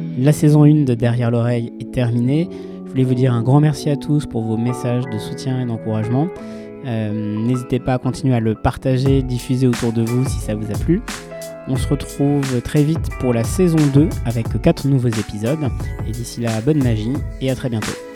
La saison 1 de Derrière l'oreille est terminée. Je voulais vous dire un grand merci à tous pour vos messages de soutien et d'encouragement. N'hésitez pas à continuer à le partager, diffuser autour de vous si ça vous a plu. On se retrouve très vite pour la saison 2 avec 4 nouveaux épisodes. Et d'ici là, bonne magie et à très bientôt.